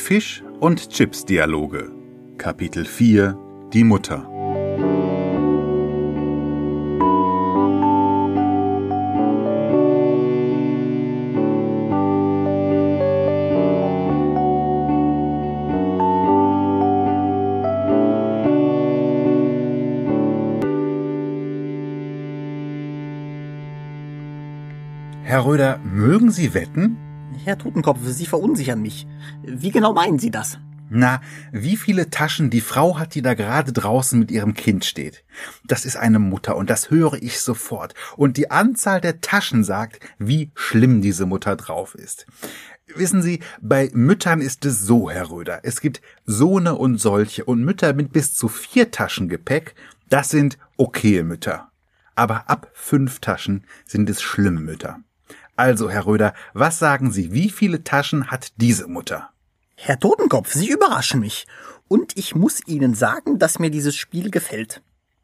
Fisch- und Chips-Dialoge. Kapitel 4 – Die Mutter. Herr Röder, mögen Sie wetten? Herr Totenkopf, Sie verunsichern mich. Wie genau meinen Sie das? Na, wie viele Taschen die Frau hat, die da gerade draußen mit ihrem Kind steht? Das ist eine Mutter und das höre ich sofort. Und die Anzahl der Taschen sagt, wie schlimm diese Mutter drauf ist. Wissen Sie, bei Müttern ist es so, Herr Röder. Es gibt Sohne und solche und Mütter mit bis zu 4 Taschen Gepäck, das sind okaye Mütter. Aber ab 5 Taschen sind es schlimme Mütter. Also, Herr Röder, was sagen Sie, wie viele Taschen hat diese Mutter? Herr Totenkopf, Sie überraschen mich. Und ich muss Ihnen sagen, dass mir dieses Spiel gefällt.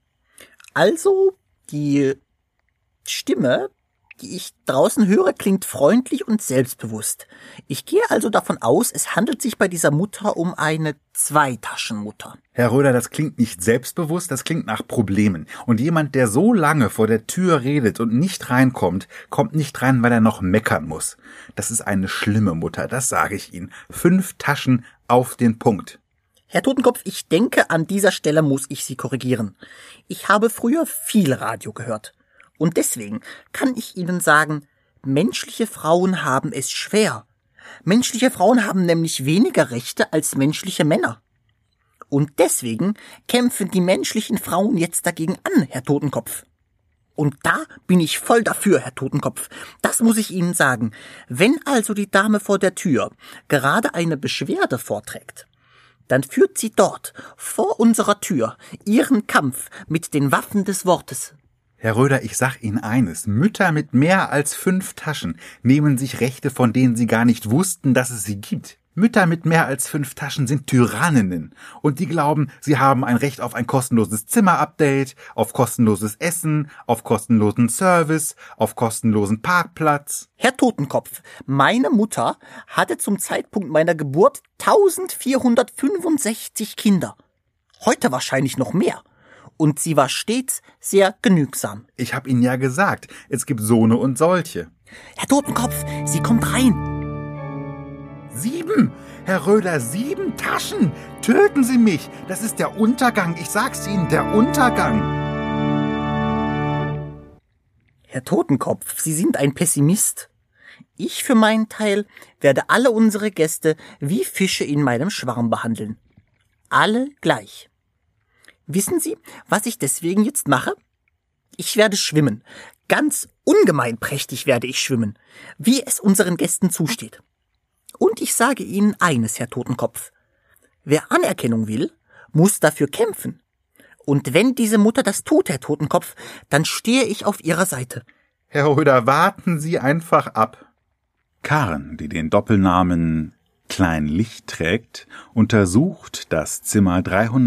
Also, die Stimme, die ich draußen höre, klingt freundlich und selbstbewusst. Ich gehe also davon aus, es handelt sich bei dieser Mutter um eine 2-Taschen-Mutter. Herr Röder, das klingt nicht selbstbewusst, das klingt nach Problemen. Und jemand, der so lange vor der Tür redet und nicht reinkommt, kommt nicht rein, weil er noch meckern muss. Das ist eine schlimme Mutter, das sage ich Ihnen. 5 Taschen auf den Punkt. Herr Totenkopf, ich denke, an dieser Stelle muss ich Sie korrigieren. Ich habe früher viel Radio gehört. Und deswegen kann ich Ihnen sagen, menschliche Frauen haben es schwer. Menschliche Frauen haben nämlich weniger Rechte als menschliche Männer. Und deswegen kämpfen die menschlichen Frauen jetzt dagegen an, Herr Totenkopf. Und da bin ich voll dafür, Herr Totenkopf. Das muss ich Ihnen sagen. Wenn also die Dame vor der Tür gerade eine Beschwerde vorträgt, dann führt sie dort, vor unserer Tür, ihren Kampf mit den Waffen des Wortes. Herr Röder, ich sag Ihnen eines, Mütter mit mehr als 5 Taschen nehmen sich Rechte, von denen sie gar nicht wussten, dass es sie gibt. Mütter mit mehr als 5 Taschen sind Tyranninnen und die glauben, sie haben ein Recht auf ein kostenloses Zimmerupdate, auf kostenloses Essen, auf kostenlosen Service, auf kostenlosen Parkplatz. Herr Totenkopf, meine Mutter hatte zum Zeitpunkt meiner Geburt 1465 Kinder. Heute wahrscheinlich noch mehr. Und sie war stets sehr genügsam. Ich hab Ihnen ja gesagt, es gibt Sohne und solche. Herr Totenkopf, sie kommt rein. 7! Herr Röder, 7 Taschen! Töten Sie mich! Das ist der Untergang, ich sag's Ihnen, der Untergang! Herr Totenkopf, Sie sind ein Pessimist. Ich für meinen Teil werde alle unsere Gäste wie Fische in meinem Schwarm behandeln. Alle gleich. Wissen Sie, was ich deswegen jetzt mache? Ich werde schwimmen. Ganz ungemein prächtig werde ich schwimmen, wie es unseren Gästen zusteht. Und ich sage Ihnen eines, Herr Totenkopf. Wer Anerkennung will, muss dafür kämpfen. Und wenn diese Mutter das tut, Herr Totenkopf, dann stehe ich auf ihrer Seite. Herr Röder, warten Sie einfach ab. Karen, die den Doppelnamen Klein Licht trägt, untersucht das Zimmer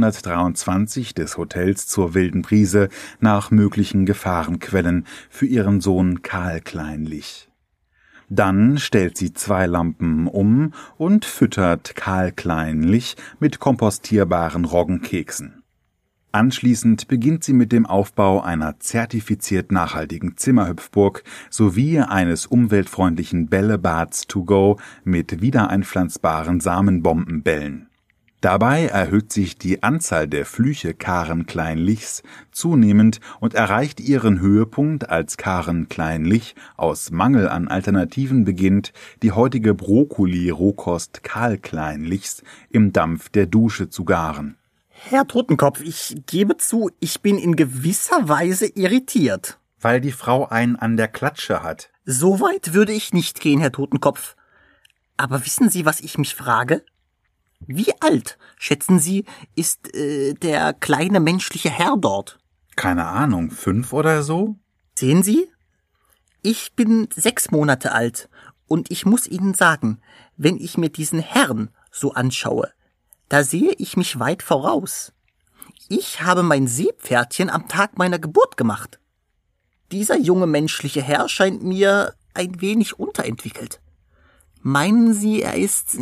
323 des Hotels zur Wilden Brise nach möglichen Gefahrenquellen für ihren Sohn Karl Kleinlich. Dann stellt sie 2 Lampen um und füttert Karl Kleinlich mit kompostierbaren Roggenkeksen. Anschließend beginnt sie mit dem Aufbau einer zertifiziert nachhaltigen Zimmerhüpfburg sowie eines umweltfreundlichen Bällebads to go mit wiedereinpflanzbaren Samenbombenbällen. Dabei erhöht sich die Anzahl der Flüche Karen Kleinlichs zunehmend und erreicht ihren Höhepunkt, als Karen Kleinlich aus Mangel an Alternativen beginnt, die heutige Brokkoli-Rohkost Karl Kleinlichs im Dampf der Dusche zu garen. Herr Totenkopf, ich gebe zu, ich bin in gewisser Weise irritiert. Weil die Frau einen an der Klatsche hat. So weit würde ich nicht gehen, Herr Totenkopf. Aber wissen Sie, was ich mich frage? Wie alt, schätzen Sie, ist der kleine menschliche Herr dort? Keine Ahnung, 5 oder so? Sehen Sie? Ich bin 6 Monate alt und ich muss Ihnen sagen, wenn ich mir diesen Herrn so anschaue, da sehe ich mich weit voraus. Ich habe mein Seepferdchen am Tag meiner Geburt gemacht. Dieser junge menschliche Herr scheint mir ein wenig unterentwickelt. Meinen Sie, er ist,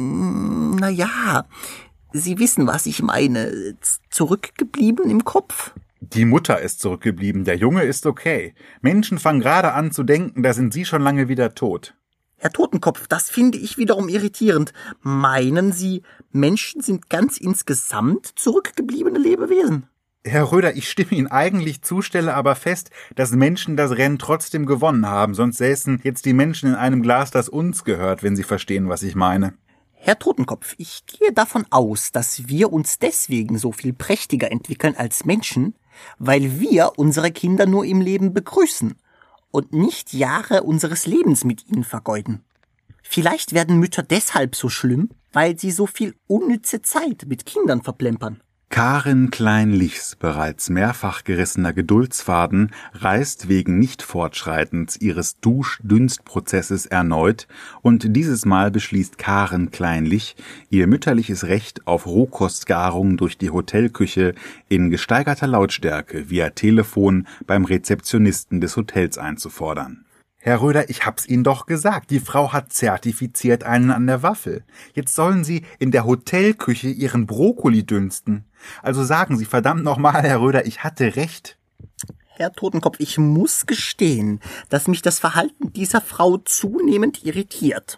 Sie wissen, was ich meine, zurückgeblieben im Kopf? Die Mutter ist zurückgeblieben, der Junge ist okay. Menschen fangen gerade an zu denken, da sind sie schon lange wieder tot. Herr Totenkopf, das finde ich wiederum irritierend. Meinen Sie, Menschen sind ganz insgesamt zurückgebliebene Lebewesen? Herr Röder, ich stimme Ihnen eigentlich zu, stelle aber fest, dass Menschen das Rennen trotzdem gewonnen haben, sonst säßen jetzt die Menschen in einem Glas, das uns gehört, wenn Sie verstehen, was ich meine. Herr Totenkopf, ich gehe davon aus, dass wir uns deswegen so viel prächtiger entwickeln als Menschen, weil wir unsere Kinder nur im Leben begrüßen und nicht Jahre unseres Lebens mit ihnen vergeuden. Vielleicht werden Mütter deshalb so schlimm, weil sie so viel unnütze Zeit mit Kindern verplempern. Karin Klein-Lichs bereits mehrfach gerissener Geduldsfaden reißt wegen Nichtfortschreitens ihres Dusch-Dünstprozesses erneut und dieses Mal beschließt Karin Klein-Lich, ihr mütterliches Recht auf Rohkostgarung durch die Hotelküche in gesteigerter Lautstärke via Telefon beim Rezeptionisten des Hotels einzufordern. Herr Röder, ich hab's Ihnen doch gesagt, die Frau hat zertifiziert einen an der Waffel. Jetzt sollen Sie in der Hotelküche Ihren Brokkoli dünsten. Also sagen Sie verdammt nochmal, Herr Röder, ich hatte recht. Herr Totenkopf, ich muss gestehen, dass mich das Verhalten dieser Frau zunehmend irritiert.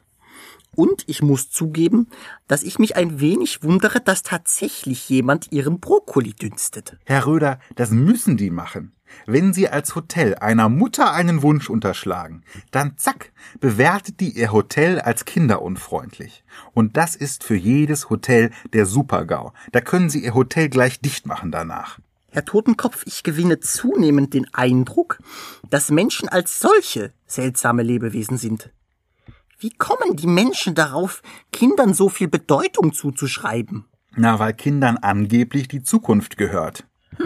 Und ich muss zugeben, dass ich mich ein wenig wundere, dass tatsächlich jemand ihren Brokkoli dünstet. Herr Röder, das müssen die machen. Wenn Sie als Hotel einer Mutter einen Wunsch unterschlagen, dann zack, bewertet die ihr Hotel als kinderunfreundlich. Und das ist für jedes Hotel der Super-GAU. Da können Sie Ihr Hotel gleich dicht machen danach. Herr Totenkopf, ich gewinne zunehmend den Eindruck, dass Menschen als solche seltsame Lebewesen sind. Wie kommen die Menschen darauf, Kindern so viel Bedeutung zuzuschreiben? Na, weil Kindern angeblich die Zukunft gehört.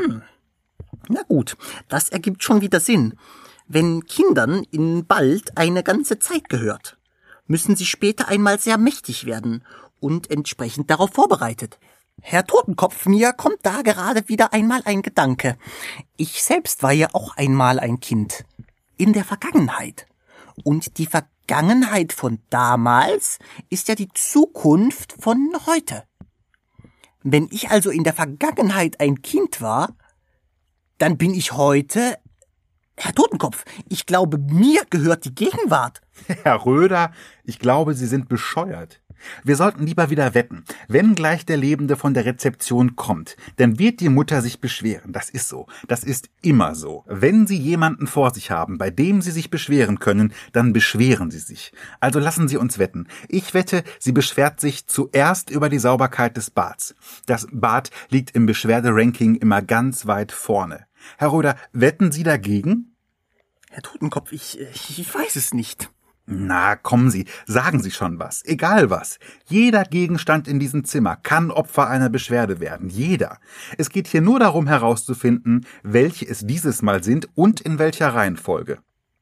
Na gut, das ergibt schon wieder Sinn. Wenn Kindern in bald eine ganze Zeit gehört, müssen sie später einmal sehr mächtig werden und entsprechend darauf vorbereitet. Herr Totenkopf, mir kommt da gerade wieder einmal ein Gedanke. Ich selbst war ja auch einmal ein Kind. In der Vergangenheit. Und die Vergangenheit von damals ist ja die Zukunft von heute. Wenn ich also in der Vergangenheit ein Kind war, dann bin ich heute... Herr Totenkopf, ich glaube, mir gehört die Gegenwart. Herr Röder, ich glaube, Sie sind bescheuert. Wir sollten lieber wieder wetten. Wenn gleich der Lebende von der Rezeption kommt, dann wird die Mutter sich beschweren. Das ist so. Das ist immer so. Wenn Sie jemanden vor sich haben, bei dem Sie sich beschweren können, dann beschweren Sie sich. Also lassen Sie uns wetten. Ich wette, sie beschwert sich zuerst über die Sauberkeit des Bads. Das Bad liegt im Beschwerderanking immer ganz weit vorne. Herr Röder, wetten Sie dagegen? Herr Totenkopf, ich weiß es nicht. Na, kommen Sie, sagen Sie schon was, egal was. Jeder Gegenstand in diesem Zimmer kann Opfer einer Beschwerde werden, jeder. Es geht hier nur darum herauszufinden, welche es dieses Mal sind und in welcher Reihenfolge.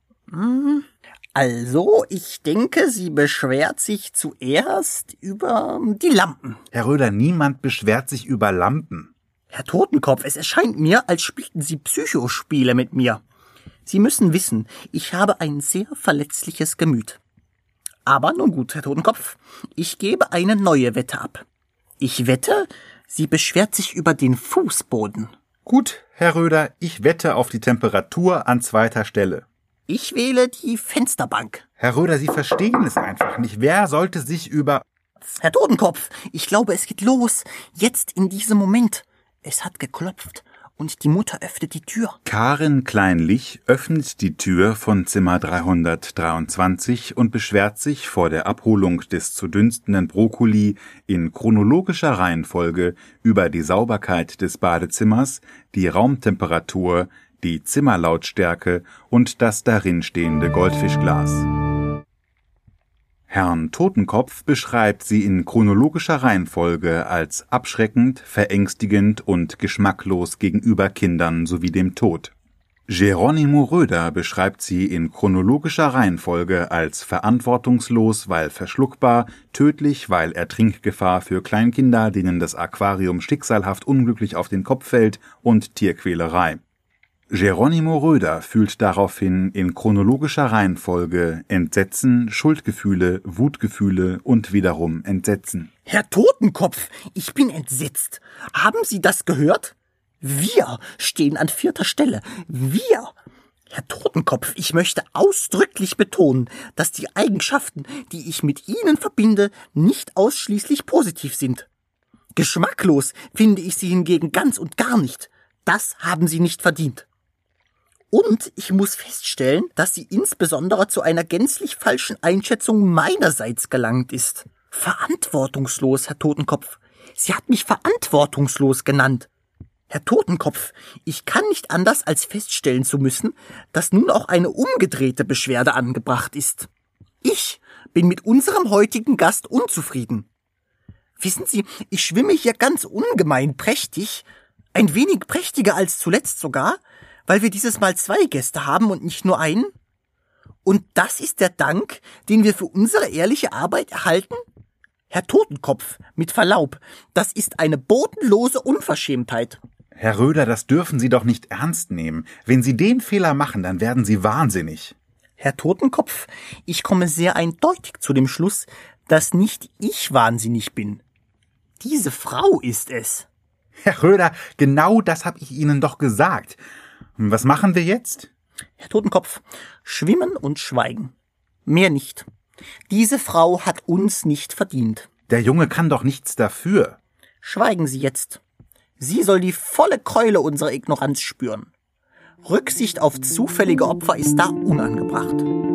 Also, ich denke, sie beschwert sich zuerst über die Lampen. Herr Röder, niemand beschwert sich über Lampen. Herr Totenkopf, es erscheint mir, als spielten Sie Psychospiele mit mir. Sie müssen wissen, ich habe ein sehr verletzliches Gemüt. Aber nun gut, Herr Totenkopf, ich gebe eine neue Wette ab. Ich wette, sie beschwert sich über den Fußboden. Gut, Herr Röder, ich wette auf die Temperatur an zweiter Stelle. Ich wähle die Fensterbank. Herr Röder, Sie verstehen es einfach nicht. Wer sollte sich über... Herr Totenkopf, ich glaube, es geht los. Jetzt in diesem Moment. Es hat geklopft und die Mutter öffnet die Tür. Karin Klein-Lich öffnet die Tür von Zimmer 323 und beschwert sich vor der Abholung des zu dünstenden Brokkoli in chronologischer Reihenfolge über die Sauberkeit des Badezimmers, die Raumtemperatur, die Zimmerlautstärke und das darin stehende Goldfischglas. Herrn Totenkopf beschreibt sie in chronologischer Reihenfolge als abschreckend, verängstigend und geschmacklos gegenüber Kindern sowie dem Tod. Geronimo Röder beschreibt sie in chronologischer Reihenfolge als verantwortungslos, weil verschluckbar, tödlich, weil Ertrinkgefahr für Kleinkinder, denen das Aquarium schicksalhaft unglücklich auf den Kopf fällt, und Tierquälerei. Geronimo Röder fühlt daraufhin in chronologischer Reihenfolge Entsetzen, Schuldgefühle, Wutgefühle und wiederum Entsetzen. Herr Totenkopf, ich bin entsetzt. Haben Sie das gehört? Wir stehen an 4. Stelle. Wir. Herr Totenkopf, ich möchte ausdrücklich betonen, dass die Eigenschaften, die ich mit Ihnen verbinde, nicht ausschließlich positiv sind. Geschmacklos finde ich sie hingegen ganz und gar nicht. Das haben Sie nicht verdient. Und ich muss feststellen, dass sie insbesondere zu einer gänzlich falschen Einschätzung meinerseits gelangt ist. Verantwortungslos, Herr Totenkopf. Sie hat mich verantwortungslos genannt. Herr Totenkopf, ich kann nicht anders als feststellen zu müssen, dass nun auch eine umgedrehte Beschwerde angebracht ist. Ich bin mit unserem heutigen Gast unzufrieden. Wissen Sie, ich schwimme hier ganz ungemein prächtig, ein wenig prächtiger als zuletzt sogar, weil wir dieses Mal 2 Gäste haben und nicht nur einen? Und das ist der Dank, den wir für unsere ehrliche Arbeit erhalten? Herr Totenkopf, mit Verlaub, das ist eine bodenlose Unverschämtheit. Herr Röder, das dürfen Sie doch nicht ernst nehmen. Wenn Sie den Fehler machen, dann werden Sie wahnsinnig. Herr Totenkopf, ich komme sehr eindeutig zu dem Schluss, dass nicht ich wahnsinnig bin. Diese Frau ist es. Herr Röder, genau das habe ich Ihnen doch gesagt. Was machen wir jetzt? Herr Totenkopf, schwimmen und schweigen. Mehr nicht. Diese Frau hat uns nicht verdient. Der Junge kann doch nichts dafür. Schweigen Sie jetzt. Sie soll die volle Keule unserer Ignoranz spüren. Rücksicht auf zufällige Opfer ist da unangebracht.